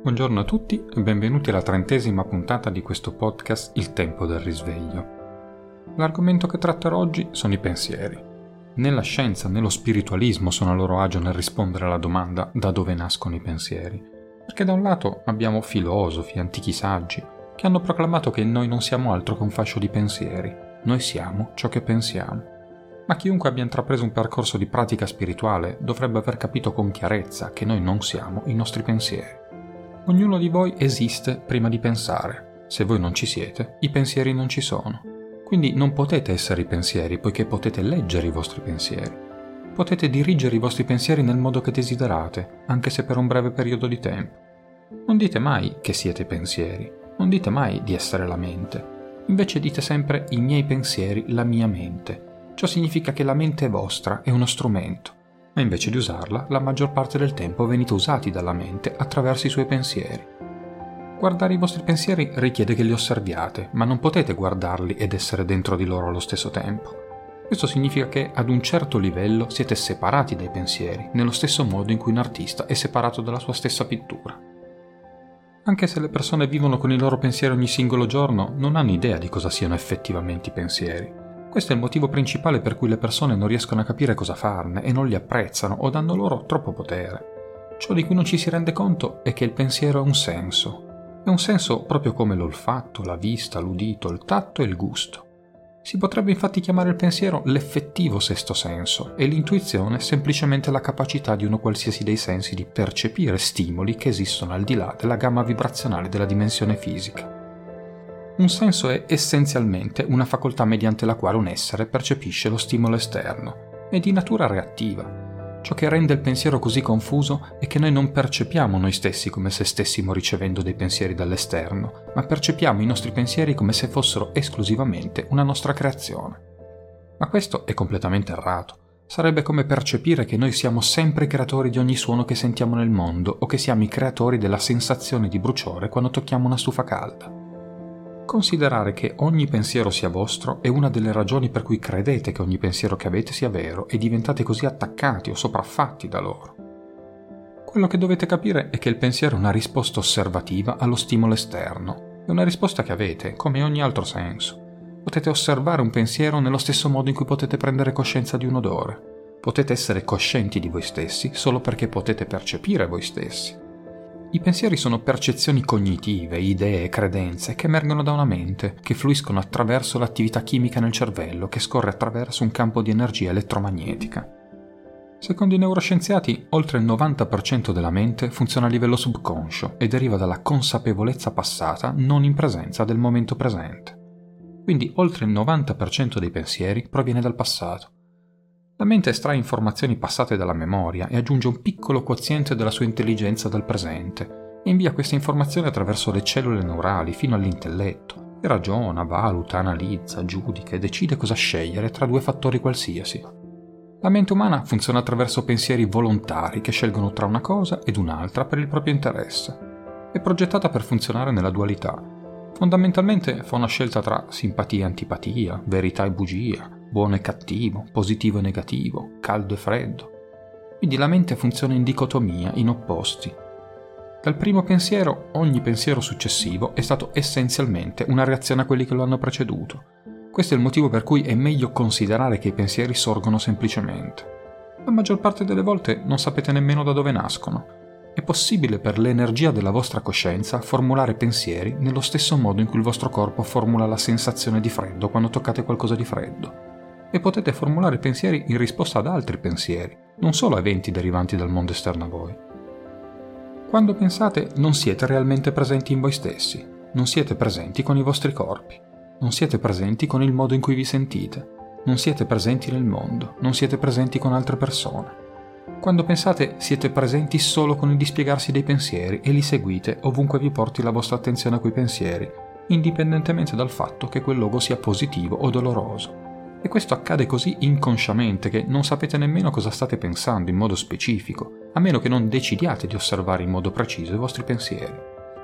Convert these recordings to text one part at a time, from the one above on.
Buongiorno a tutti e benvenuti alla 30ª puntata di questo podcast Il tempo del risveglio. L'argomento che tratterò oggi sono i pensieri. Né la scienza né lo spiritualismo sono a loro agio nel rispondere alla domanda da dove nascono i pensieri, perché da un lato abbiamo filosofi, antichi saggi, che hanno proclamato che noi non siamo altro che un fascio di pensieri, noi siamo ciò che pensiamo. Ma chiunque abbia intrapreso un percorso di pratica spirituale dovrebbe aver capito con chiarezza che noi non siamo i nostri pensieri. Ognuno di voi esiste prima di pensare. Se voi non ci siete, i pensieri non ci sono. Quindi non potete essere i pensieri, poiché potete leggere i vostri pensieri. Potete dirigere i vostri pensieri nel modo che desiderate, anche se per un breve periodo di tempo. Non dite mai che siete i pensieri, non dite mai di essere la mente. Invece dite sempre i miei pensieri, la mia mente. Ciò significa che la mente è vostra, è uno strumento. Ma invece di usarla, la maggior parte del tempo venite usati dalla mente attraverso i suoi pensieri. Guardare i vostri pensieri richiede che li osserviate, ma non potete guardarli ed essere dentro di loro allo stesso tempo. Questo significa che ad un certo livello siete separati dai pensieri, nello stesso modo in cui un artista è separato dalla sua stessa pittura. Anche se le persone vivono con i loro pensieri ogni singolo giorno, non hanno idea di cosa siano effettivamente i pensieri. Questo è il motivo principale per cui le persone non riescono a capire cosa farne e non li apprezzano o danno loro troppo potere. Ciò di cui non ci si rende conto è che il pensiero ha un senso. È un senso proprio come l'olfatto, la vista, l'udito, il tatto e il gusto. Si potrebbe infatti chiamare il pensiero l'effettivo sesto senso e l'intuizione semplicemente la capacità di uno qualsiasi dei sensi di percepire stimoli che esistono al di là della gamma vibrazionale della dimensione fisica. Un senso è essenzialmente una facoltà mediante la quale un essere percepisce lo stimolo esterno. È di natura reattiva. Ciò che rende il pensiero così confuso è che noi non percepiamo noi stessi come se stessimo ricevendo dei pensieri dall'esterno, ma percepiamo i nostri pensieri come se fossero esclusivamente una nostra creazione. Ma questo è completamente errato. Sarebbe come percepire che noi siamo sempre i creatori di ogni suono che sentiamo nel mondo o che siamo i creatori della sensazione di bruciore quando tocchiamo una stufa calda. Considerare che ogni pensiero sia vostro è una delle ragioni per cui credete che ogni pensiero che avete sia vero e diventate così attaccati o sopraffatti da loro. Quello che dovete capire è che il pensiero è una risposta osservativa allo stimolo esterno. È una risposta che avete, come ogni altro senso. Potete osservare un pensiero nello stesso modo in cui potete prendere coscienza di un odore. Potete essere coscienti di voi stessi solo perché potete percepire voi stessi. I pensieri sono percezioni cognitive, idee, credenze che emergono da una mente, che fluiscono attraverso l'attività chimica nel cervello, che scorre attraverso un campo di energia elettromagnetica. Secondo i neuroscienziati, oltre il 90% della mente funziona a livello subconscio e deriva dalla consapevolezza passata non in presenza del momento presente. Quindi oltre il 90% dei pensieri proviene dal passato. La mente estrae informazioni passate dalla memoria e aggiunge un piccolo quoziente della sua intelligenza dal presente e invia queste informazioni attraverso le cellule neurali fino all'intelletto e ragiona, valuta, analizza, giudica e decide cosa scegliere tra due fattori qualsiasi. La mente umana funziona attraverso pensieri volontari che scelgono tra una cosa ed un'altra per il proprio interesse. È progettata per funzionare nella dualità. Fondamentalmente fa una scelta tra simpatia e antipatia, verità e bugia, buono e cattivo, positivo e negativo, caldo e freddo. Quindi la mente funziona in dicotomia, in opposti. Dal primo pensiero, ogni pensiero successivo è stato essenzialmente una reazione a quelli che lo hanno preceduto. Questo è il motivo per cui è meglio considerare che i pensieri sorgono semplicemente. La maggior parte delle volte non sapete nemmeno da dove nascono. È possibile per l'energia della vostra coscienza formulare pensieri nello stesso modo in cui il vostro corpo formula la sensazione di freddo quando toccate qualcosa di freddo. E potete formulare pensieri in risposta ad altri pensieri, non solo a eventi derivanti dal mondo esterno a voi. Quando pensate, non siete realmente presenti in voi stessi, non siete presenti con i vostri corpi, non siete presenti con il modo in cui vi sentite, non siete presenti nel mondo, non siete presenti con altre persone. Quando pensate, siete presenti solo con il dispiegarsi dei pensieri e li seguite ovunque vi porti la vostra attenzione a quei pensieri, indipendentemente dal fatto che quel luogo sia positivo o doloroso. E questo accade così inconsciamente che non sapete nemmeno cosa state pensando in modo specifico, a meno che non decidiate di osservare in modo preciso i vostri pensieri.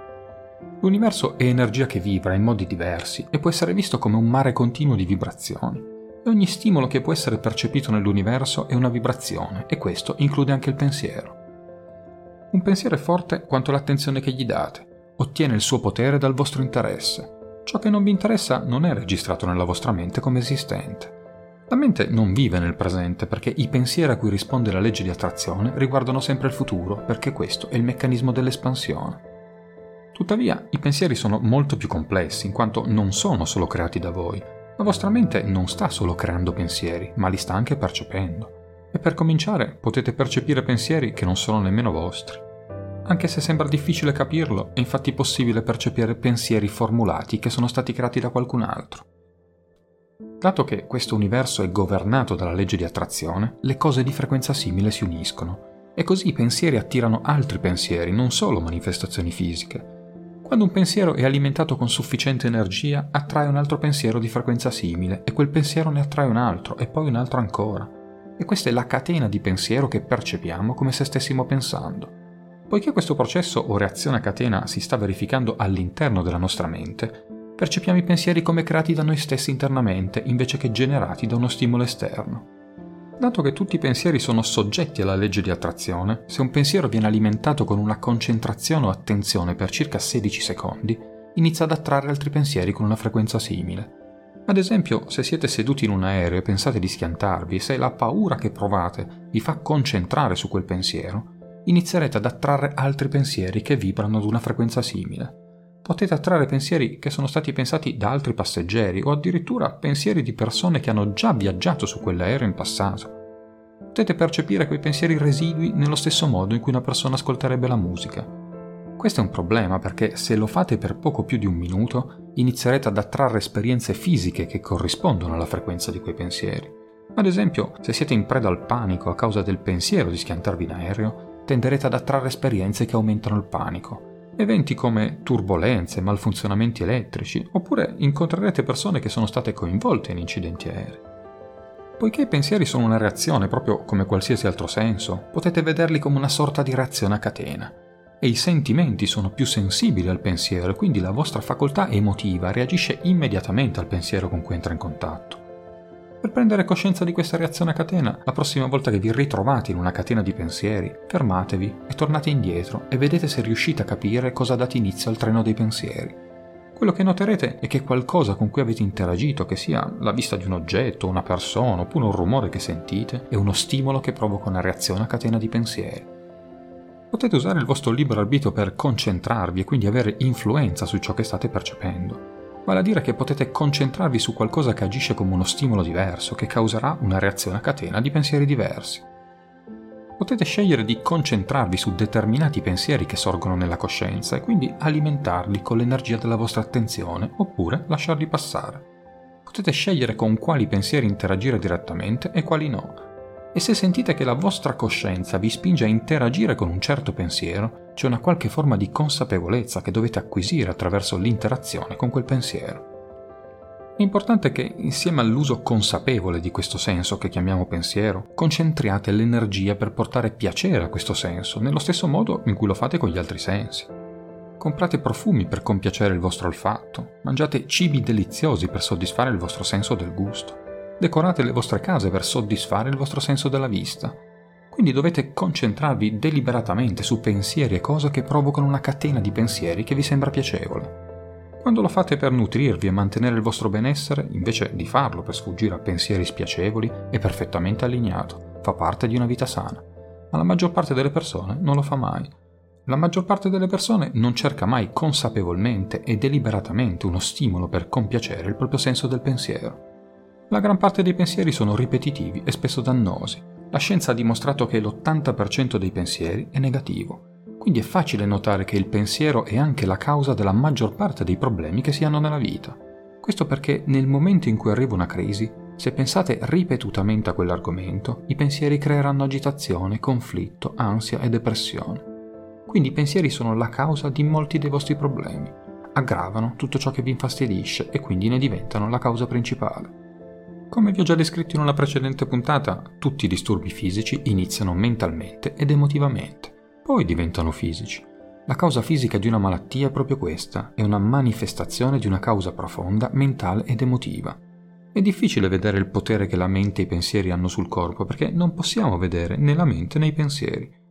L'universo è energia che vibra in modi diversi e può essere visto come un mare continuo di vibrazioni. E ogni stimolo che può essere percepito nell'universo è una vibrazione, e questo include anche il pensiero. Un pensiero è forte quanto l'attenzione che gli date, ottiene il suo potere dal vostro interesse. Ciò che non vi interessa non è registrato nella vostra mente come esistente. La mente non vive nel presente perché i pensieri a cui risponde la legge di attrazione riguardano sempre il futuro, perché questo è il meccanismo dell'espansione. Tuttavia, i pensieri sono molto più complessi, in quanto non sono solo creati da voi. La vostra mente non sta solo creando pensieri, ma li sta anche percependo. E per cominciare, potete percepire pensieri che non sono nemmeno vostri. Anche se sembra difficile capirlo, è infatti possibile percepire pensieri formulati che sono stati creati da qualcun altro. Dato che questo universo è governato dalla legge di attrazione, le cose di frequenza simile si uniscono, e così i pensieri attirano altri pensieri, non solo manifestazioni fisiche. Quando un pensiero è alimentato con sufficiente energia, attrae un altro pensiero di frequenza simile, e quel pensiero ne attrae un altro, e poi un altro ancora. E questa è la catena di pensiero che percepiamo come se stessimo pensando. Poiché questo processo o reazione a catena si sta verificando all'interno della nostra mente, percepiamo i pensieri come creati da noi stessi internamente invece che generati da uno stimolo esterno. Dato che tutti i pensieri sono soggetti alla legge di attrazione, se un pensiero viene alimentato con una concentrazione o attenzione per circa 16 secondi, inizia ad attrarre altri pensieri con una frequenza simile. Ad esempio, se siete seduti in un aereo e pensate di schiantarvi, se la paura che provate vi fa concentrare su quel pensiero, inizierete ad attrarre altri pensieri che vibrano ad una frequenza simile. Potete attrarre pensieri che sono stati pensati da altri passeggeri o addirittura pensieri di persone che hanno già viaggiato su quell'aereo in passato. Potete percepire quei pensieri residui nello stesso modo in cui una persona ascolterebbe la musica. Questo è un problema perché se lo fate per poco più di un minuto inizierete ad attrarre esperienze fisiche che corrispondono alla frequenza di quei pensieri. Ad esempio, se siete in preda al panico a causa del pensiero di schiantarvi in aereo, tenderete ad attrarre esperienze che aumentano il panico. Eventi come turbolenze, malfunzionamenti elettrici, oppure incontrerete persone che sono state coinvolte in incidenti aerei. Poiché i pensieri sono una reazione proprio come qualsiasi altro senso, potete vederli come una sorta di reazione a catena. E i sentimenti sono più sensibili al pensiero e quindi la vostra facoltà emotiva reagisce immediatamente al pensiero con cui entra in contatto. Per prendere coscienza di questa reazione a catena, la prossima volta che vi ritrovate in una catena di pensieri, fermatevi e tornate indietro e vedete se riuscite a capire cosa ha dato inizio al treno dei pensieri. Quello che noterete è che qualcosa con cui avete interagito, che sia la vista di un oggetto, una persona, oppure un rumore che sentite, è uno stimolo che provoca una reazione a catena di pensieri. Potete usare il vostro libero arbitrio per concentrarvi e quindi avere influenza su ciò che state percependo. Vale a dire che potete concentrarvi su qualcosa che agisce come uno stimolo diverso, che causerà una reazione a catena di pensieri diversi. Potete scegliere di concentrarvi su determinati pensieri che sorgono nella coscienza e quindi alimentarli con l'energia della vostra attenzione, oppure lasciarli passare. Potete scegliere con quali pensieri interagire direttamente e quali no. E se sentite che la vostra coscienza vi spinge a interagire con un certo pensiero, c'è una qualche forma di consapevolezza che dovete acquisire attraverso l'interazione con quel pensiero. È importante che, insieme all'uso consapevole di questo senso che chiamiamo pensiero, concentriate l'energia per portare piacere a questo senso, nello stesso modo in cui lo fate con gli altri sensi. Comprate profumi per compiacere il vostro olfatto, mangiate cibi deliziosi per soddisfare il vostro senso del gusto. Decorate le vostre case per soddisfare il vostro senso della vista. Quindi dovete concentrarvi deliberatamente su pensieri e cose che provocano una catena di pensieri che vi sembra piacevole. Quando lo fate per nutrirvi e mantenere il vostro benessere, invece di farlo per sfuggire a pensieri spiacevoli, è perfettamente allineato, fa parte di una vita sana. Ma la maggior parte delle persone non lo fa mai. La maggior parte delle persone non cerca mai consapevolmente e deliberatamente uno stimolo per compiacere il proprio senso del pensiero. La gran parte dei pensieri sono ripetitivi e spesso dannosi. La scienza ha dimostrato che l'80% dei pensieri è negativo, quindi è facile notare che il pensiero è anche la causa della maggior parte dei problemi che si hanno nella vita. Questo perché nel momento in cui arriva una crisi, se pensate ripetutamente a quell'argomento, i pensieri creeranno agitazione, conflitto, ansia e depressione. Quindi i pensieri sono la causa di molti dei vostri problemi, aggravano tutto ciò che vi infastidisce e quindi ne diventano la causa principale. Come vi ho già descritto in una precedente puntata, tutti i disturbi fisici iniziano mentalmente ed emotivamente, poi diventano fisici. La causa fisica di una malattia è proprio questa, è una manifestazione di una causa profonda, mentale ed emotiva. È difficile vedere il potere che la mente e i pensieri hanno sul corpo perché non possiamo vedere né la mente né i pensieri,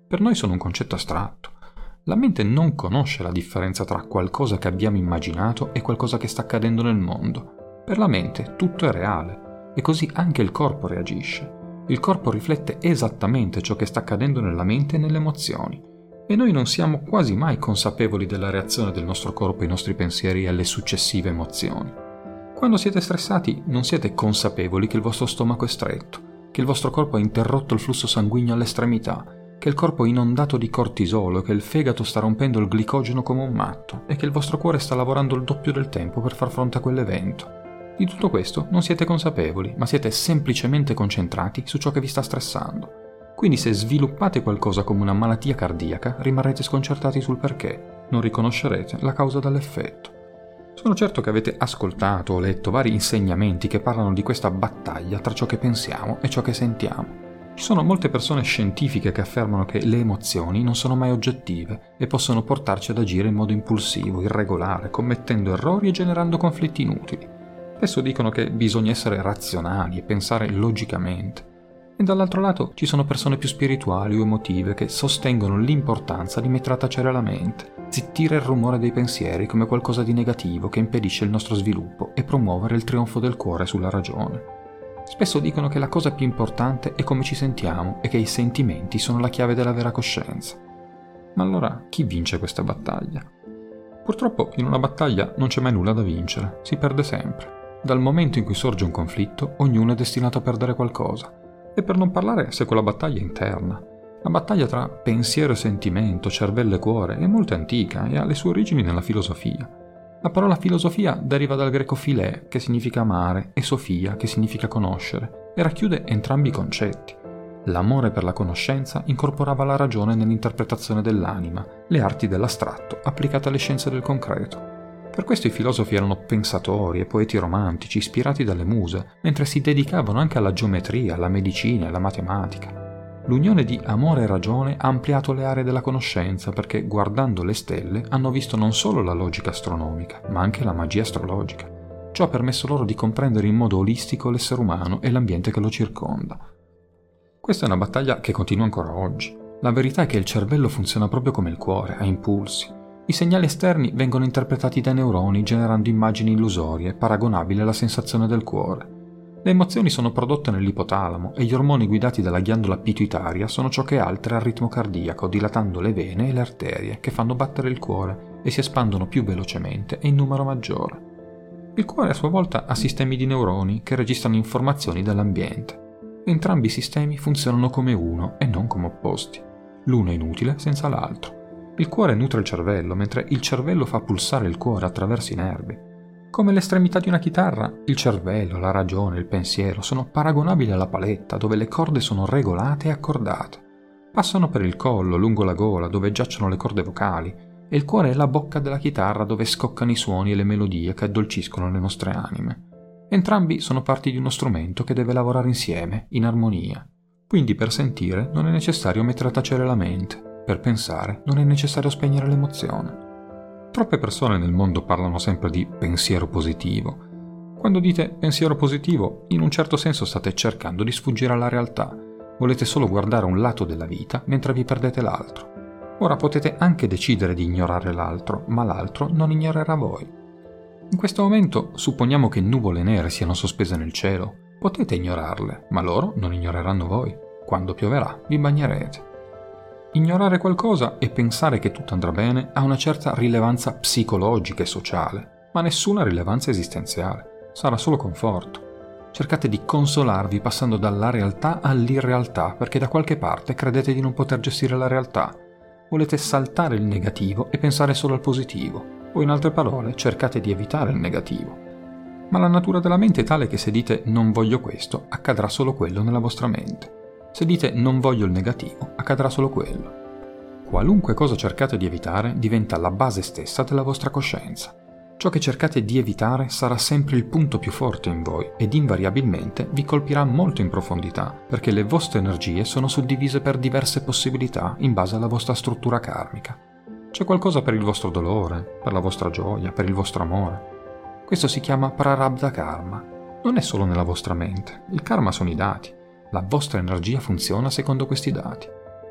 Per noi sono un concetto astratto. La mente non conosce la differenza tra qualcosa che abbiamo immaginato e qualcosa che sta accadendo nel mondo. Per la mente tutto è reale e così anche il corpo reagisce. Il corpo riflette esattamente ciò che sta accadendo nella mente e nelle emozioni e noi non siamo quasi mai consapevoli della reazione del nostro corpo ai nostri pensieri e alle successive emozioni. Quando siete stressati non siete consapevoli che il vostro stomaco è stretto, che il vostro corpo ha interrotto il flusso sanguigno all'estremità, che il corpo è inondato di cortisolo, che il fegato sta rompendo il glicogeno come un matto e che il vostro cuore sta lavorando il doppio del tempo per far fronte a quell'evento. Di tutto questo non siete consapevoli, ma siete semplicemente concentrati su ciò che vi sta stressando. Quindi se sviluppate qualcosa come una malattia cardiaca, rimarrete sconcertati sul perché, non riconoscerete la causa dall'effetto. Sono certo che avete ascoltato o letto vari insegnamenti che parlano di questa battaglia tra ciò che pensiamo e ciò che sentiamo. Ci sono molte persone scientifiche che affermano che le emozioni non sono mai oggettive e possono portarci ad agire in modo impulsivo, irregolare, commettendo errori e generando conflitti inutili. Spesso dicono che bisogna essere razionali e pensare logicamente. E dall'altro lato ci sono persone più spirituali o emotive che sostengono l'importanza di mettere a tacere la mente, zittire il rumore dei pensieri come qualcosa di negativo che impedisce il nostro sviluppo e promuovere il trionfo del cuore sulla ragione. Spesso dicono che la cosa più importante è come ci sentiamo e che i sentimenti sono la chiave della vera coscienza. Ma allora chi vince questa battaglia? Purtroppo in una battaglia non c'è mai nulla da vincere, si perde sempre. Dal momento in cui sorge un conflitto, ognuno è destinato a perdere qualcosa. E per non parlare se quella battaglia è interna. La battaglia tra pensiero e sentimento, cervello e cuore è molto antica e ha le sue origini nella filosofia. La parola filosofia deriva dal greco philē, che significa amare, e sofia, che significa conoscere, e racchiude entrambi i concetti. L'amore per la conoscenza incorporava la ragione nell'interpretazione dell'anima, le arti dell'astratto applicate alle scienze del concreto. Per questo i filosofi erano pensatori e poeti romantici ispirati dalle muse, mentre si dedicavano anche alla geometria, alla medicina e alla matematica. L'unione di amore e ragione ha ampliato le aree della conoscenza perché, guardando le stelle, hanno visto non solo la logica astronomica, ma anche la magia astrologica. Ciò ha permesso loro di comprendere in modo olistico l'essere umano e l'ambiente che lo circonda. Questa è una battaglia che continua ancora oggi. La verità è che il cervello funziona proprio come il cuore, ha impulsi. I segnali esterni vengono interpretati dai neuroni generando immagini illusorie, paragonabili alla sensazione del cuore. Le emozioni sono prodotte nell'ipotalamo e gli ormoni guidati dalla ghiandola pituitaria sono ciò che altera il ritmo cardiaco, dilatando le vene e le arterie che fanno battere il cuore e si espandono più velocemente e in numero maggiore. Il cuore a sua volta ha sistemi di neuroni che registrano informazioni dall'ambiente. Entrambi i sistemi funzionano come uno e non come opposti. L'uno è inutile senza l'altro. Il cuore nutre il cervello, mentre il cervello fa pulsare il cuore attraverso i nervi. Come l'estremità di una chitarra, il cervello, la ragione, il pensiero sono paragonabili alla paletta dove le corde sono regolate e accordate. Passano per il collo, lungo la gola dove giacciono le corde vocali e il cuore è la bocca della chitarra dove scoccano i suoni e le melodie che addolciscono le nostre anime. Entrambi sono parti di uno strumento che deve lavorare insieme, in armonia. Quindi per sentire non è necessario mettere a tacere la mente, per pensare non è necessario spegnere l'emozione. Troppe persone nel mondo parlano sempre di pensiero positivo. Quando dite pensiero positivo, in un certo senso state cercando di sfuggire alla realtà. Volete solo guardare un lato della vita mentre vi perdete l'altro. Ora potete anche decidere di ignorare l'altro, ma l'altro non ignorerà voi. In questo momento supponiamo che nuvole nere siano sospese nel cielo. Potete ignorarle, ma loro non ignoreranno voi. Quando pioverà, vi bagnerete. Ignorare qualcosa e pensare che tutto andrà bene ha una certa rilevanza psicologica e sociale, ma nessuna rilevanza esistenziale. Sarà solo conforto. Cercate di consolarvi passando dalla realtà all'irrealtà perché da qualche parte credete di non poter gestire la realtà. Volete saltare il negativo e pensare solo al positivo, o in altre parole cercate di evitare il negativo. Ma la natura della mente è tale che se dite non voglio questo, accadrà solo quello nella vostra mente. Se dite non voglio il negativo, accadrà solo quello. Qualunque cosa cercate di evitare diventa la base stessa della vostra coscienza. Ciò che cercate di evitare sarà sempre il punto più forte in voi ed invariabilmente vi colpirà molto in profondità, perché le vostre energie sono suddivise per diverse possibilità in base alla vostra struttura karmica. C'è qualcosa per il vostro dolore, per la vostra gioia, per il vostro amore. Questo si chiama prarabdha karma. Non è solo nella vostra mente. Il karma sono i dati. La vostra energia funziona secondo questi dati.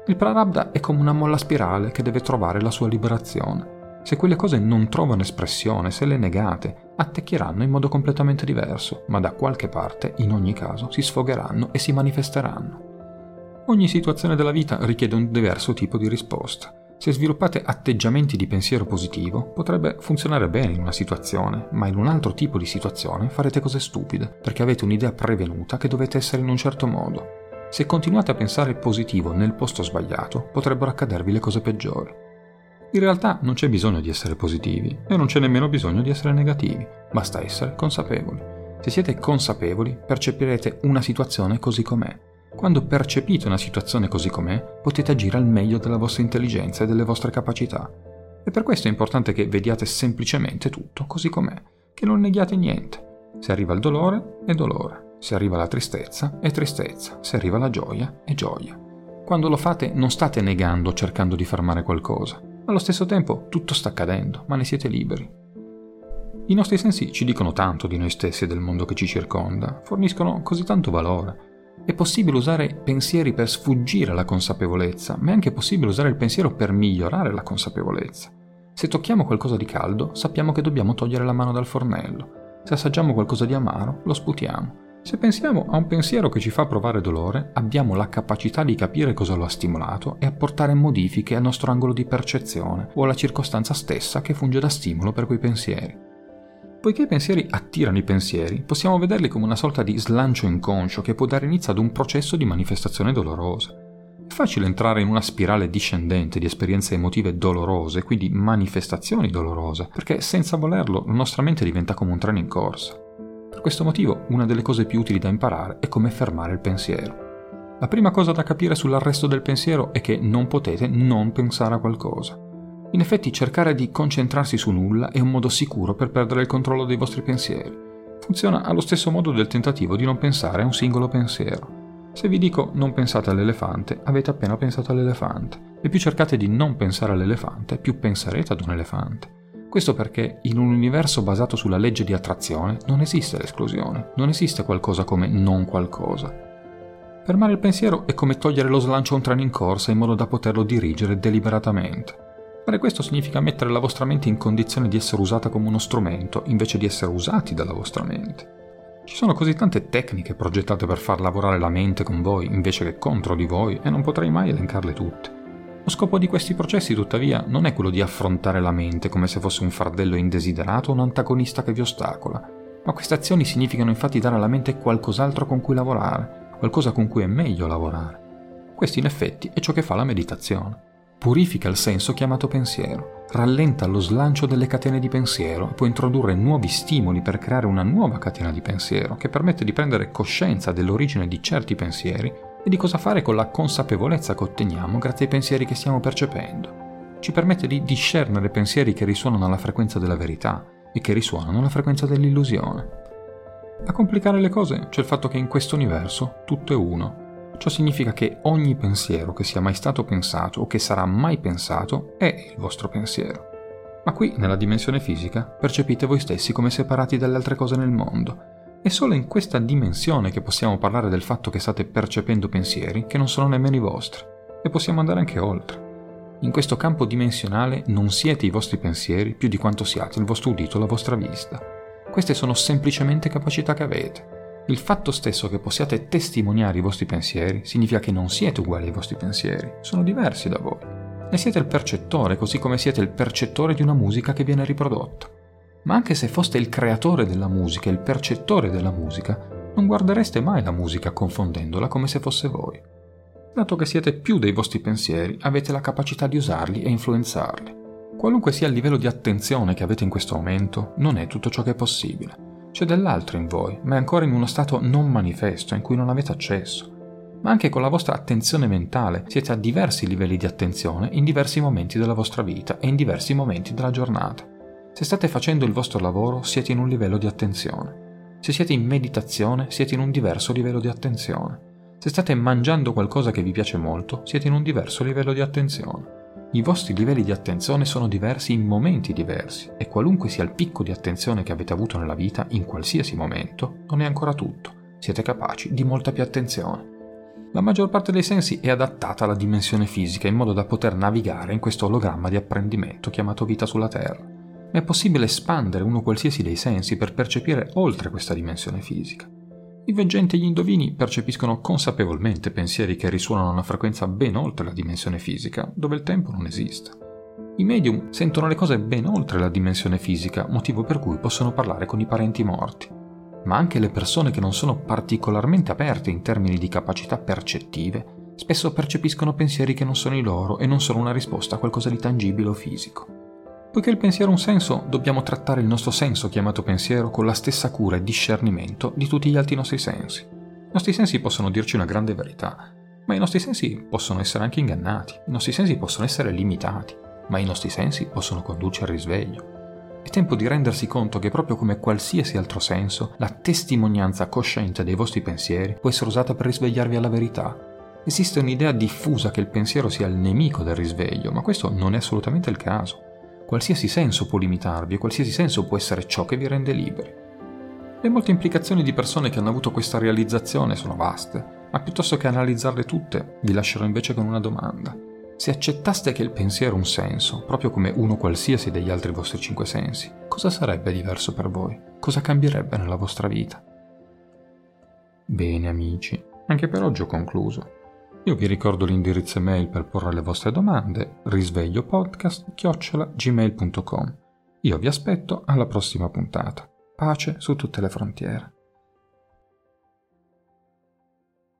Il prarabdha è come una molla spirale che deve trovare la sua liberazione. Se quelle cose non trovano espressione, se le negate, attecchiranno in modo completamente diverso, ma da qualche parte, in ogni caso, si sfogheranno e si manifesteranno. Ogni situazione della vita richiede un diverso tipo di risposta. Se sviluppate atteggiamenti di pensiero positivo, potrebbe funzionare bene in una situazione, ma in un altro tipo di situazione farete cose stupide, perché avete un'idea prevenuta che dovete essere in un certo modo. Se continuate a pensare positivo nel posto sbagliato, potrebbero accadervi le cose peggiori. In realtà non c'è bisogno di essere positivi e non c'è nemmeno bisogno di essere negativi, basta essere consapevoli. Se siete consapevoli, percepirete una situazione così com'è. Quando percepite una situazione così com'è, potete agire al meglio della vostra intelligenza e delle vostre capacità. E per questo è importante che vediate semplicemente tutto così com'è, che non neghiate niente. Se arriva il dolore, è dolore. Se arriva la tristezza, è tristezza. Se arriva la gioia, è gioia. Quando lo fate non state negando o cercando di fermare qualcosa. Allo stesso tempo tutto sta accadendo, ma ne siete liberi. I nostri sensi ci dicono tanto di noi stessi e del mondo che ci circonda, forniscono così tanto valore. È possibile usare pensieri per sfuggire alla consapevolezza, ma è anche possibile usare il pensiero per migliorare la consapevolezza. Se tocchiamo qualcosa di caldo, sappiamo che dobbiamo togliere la mano dal fornello. Se assaggiamo qualcosa di amaro, lo sputiamo. Se pensiamo a un pensiero che ci fa provare dolore, abbiamo la capacità di capire cosa lo ha stimolato e apportare modifiche al nostro angolo di percezione o alla circostanza stessa che funge da stimolo per quei pensieri. Poiché i pensieri attirano i pensieri, possiamo vederli come una sorta di slancio inconscio che può dare inizio ad un processo di manifestazione dolorosa. È facile entrare in una spirale discendente di esperienze emotive dolorose, quindi manifestazioni dolorose, perché senza volerlo la nostra mente diventa come un treno in corsa. Per questo motivo, una delle cose più utili da imparare è come fermare il pensiero. La prima cosa da capire sull'arresto del pensiero è che non potete non pensare a qualcosa. In effetti, cercare di concentrarsi su nulla è un modo sicuro per perdere il controllo dei vostri pensieri. Funziona allo stesso modo del tentativo di non pensare a un singolo pensiero. Se vi dico non pensate all'elefante, avete appena pensato all'elefante. E più cercate di non pensare all'elefante, più penserete ad un elefante. Questo perché in un universo basato sulla legge di attrazione non esiste l'esclusione, non esiste qualcosa come non qualcosa. Fermare il pensiero è come togliere lo slancio a un treno in corsa in modo da poterlo dirigere deliberatamente. Fare questo significa mettere la vostra mente in condizione di essere usata come uno strumento invece di essere usati dalla vostra mente. Ci sono così tante tecniche progettate per far lavorare la mente con voi invece che contro di voi e non potrei mai elencarle tutte. Lo scopo di questi processi, tuttavia, non è quello di affrontare la mente come se fosse un fardello indesiderato o un antagonista che vi ostacola, ma queste azioni significano infatti dare alla mente qualcos'altro con cui lavorare, qualcosa con cui è meglio lavorare. Questo in effetti è ciò che fa la meditazione. Purifica il senso chiamato pensiero, rallenta lo slancio delle catene di pensiero e può introdurre nuovi stimoli per creare una nuova catena di pensiero che permette di prendere coscienza dell'origine di certi pensieri e di cosa fare con la consapevolezza che otteniamo grazie ai pensieri che stiamo percependo. Ci permette di discernere pensieri che risuonano alla frequenza della verità e che risuonano alla frequenza dell'illusione. A complicare le cose c'è il fatto che in questo universo tutto è uno. Ciò significa che ogni pensiero che sia mai stato pensato o che sarà mai pensato è il vostro pensiero. Ma qui, nella dimensione fisica, percepite voi stessi come separati dalle altre cose nel mondo. È solo in questa dimensione che possiamo parlare del fatto che state percependo pensieri che non sono nemmeno i vostri, e possiamo andare anche oltre. In questo campo dimensionale non siete i vostri pensieri più di quanto siate il vostro udito o la vostra vista. Queste sono semplicemente capacità che avete. Il fatto stesso che possiate testimoniare i vostri pensieri significa che non siete uguali ai vostri pensieri, sono diversi da voi. Ne siete il percettore, così come siete il percettore di una musica che viene riprodotta. Ma anche se foste il creatore della musica e il percettore della musica, non guardereste mai la musica confondendola come se fosse voi. Dato che siete più dei vostri pensieri, avete la capacità di usarli e influenzarli. Qualunque sia il livello di attenzione che avete in questo momento, non è tutto ciò che è possibile. C'è dell'altro in voi, ma è ancora in uno stato non manifesto in cui non avete accesso. Ma anche con la vostra attenzione mentale siete a diversi livelli di attenzione in diversi momenti della vostra vita e in diversi momenti della giornata. Se state facendo il vostro lavoro, siete in un livello di attenzione. Se siete in meditazione, siete in un diverso livello di attenzione. Se state mangiando qualcosa che vi piace molto, siete in un diverso livello di attenzione. I vostri livelli di attenzione sono diversi in momenti diversi e qualunque sia il picco di attenzione che avete avuto nella vita in qualsiasi momento, non è ancora tutto. Siete capaci di molta più attenzione. La maggior parte dei sensi è adattata alla dimensione fisica in modo da poter navigare in questo ologramma di apprendimento chiamato vita sulla Terra. Ma è possibile espandere uno qualsiasi dei sensi per percepire oltre questa dimensione fisica. I veggenti e gli indovini percepiscono consapevolmente pensieri che risuonano a una frequenza ben oltre la dimensione fisica, dove il tempo non esiste. I medium sentono le cose ben oltre la dimensione fisica, motivo per cui possono parlare con i parenti morti. Ma anche le persone che non sono particolarmente aperte in termini di capacità percettive, spesso percepiscono pensieri che non sono i loro e non sono una risposta a qualcosa di tangibile o fisico. Poiché il pensiero ha un senso, dobbiamo trattare il nostro senso chiamato pensiero con la stessa cura e discernimento di tutti gli altri nostri sensi. I nostri sensi possono dirci una grande verità, ma i nostri sensi possono essere anche ingannati, i nostri sensi possono essere limitati, ma i nostri sensi possono condurci al risveglio. È tempo di rendersi conto che proprio come qualsiasi altro senso, la testimonianza cosciente dei vostri pensieri può essere usata per risvegliarvi alla verità. Esiste un'idea diffusa che il pensiero sia il nemico del risveglio, ma questo non è assolutamente il caso. Qualsiasi senso può limitarvi e qualsiasi senso può essere ciò che vi rende liberi. Le molte implicazioni di persone che hanno avuto questa realizzazione sono vaste, ma piuttosto che analizzarle tutte, vi lascerò invece con una domanda. Se accettaste che il pensiero ha un senso, proprio come uno qualsiasi degli altri vostri 5 sensi, cosa sarebbe diverso per voi? Cosa cambierebbe nella vostra vita? Bene amici, anche per oggi ho concluso. Io vi ricordo l'indirizzo email per porre le vostre domande, risvegliopodcast@gmail.com. Io vi aspetto alla prossima puntata. Pace su tutte le frontiere.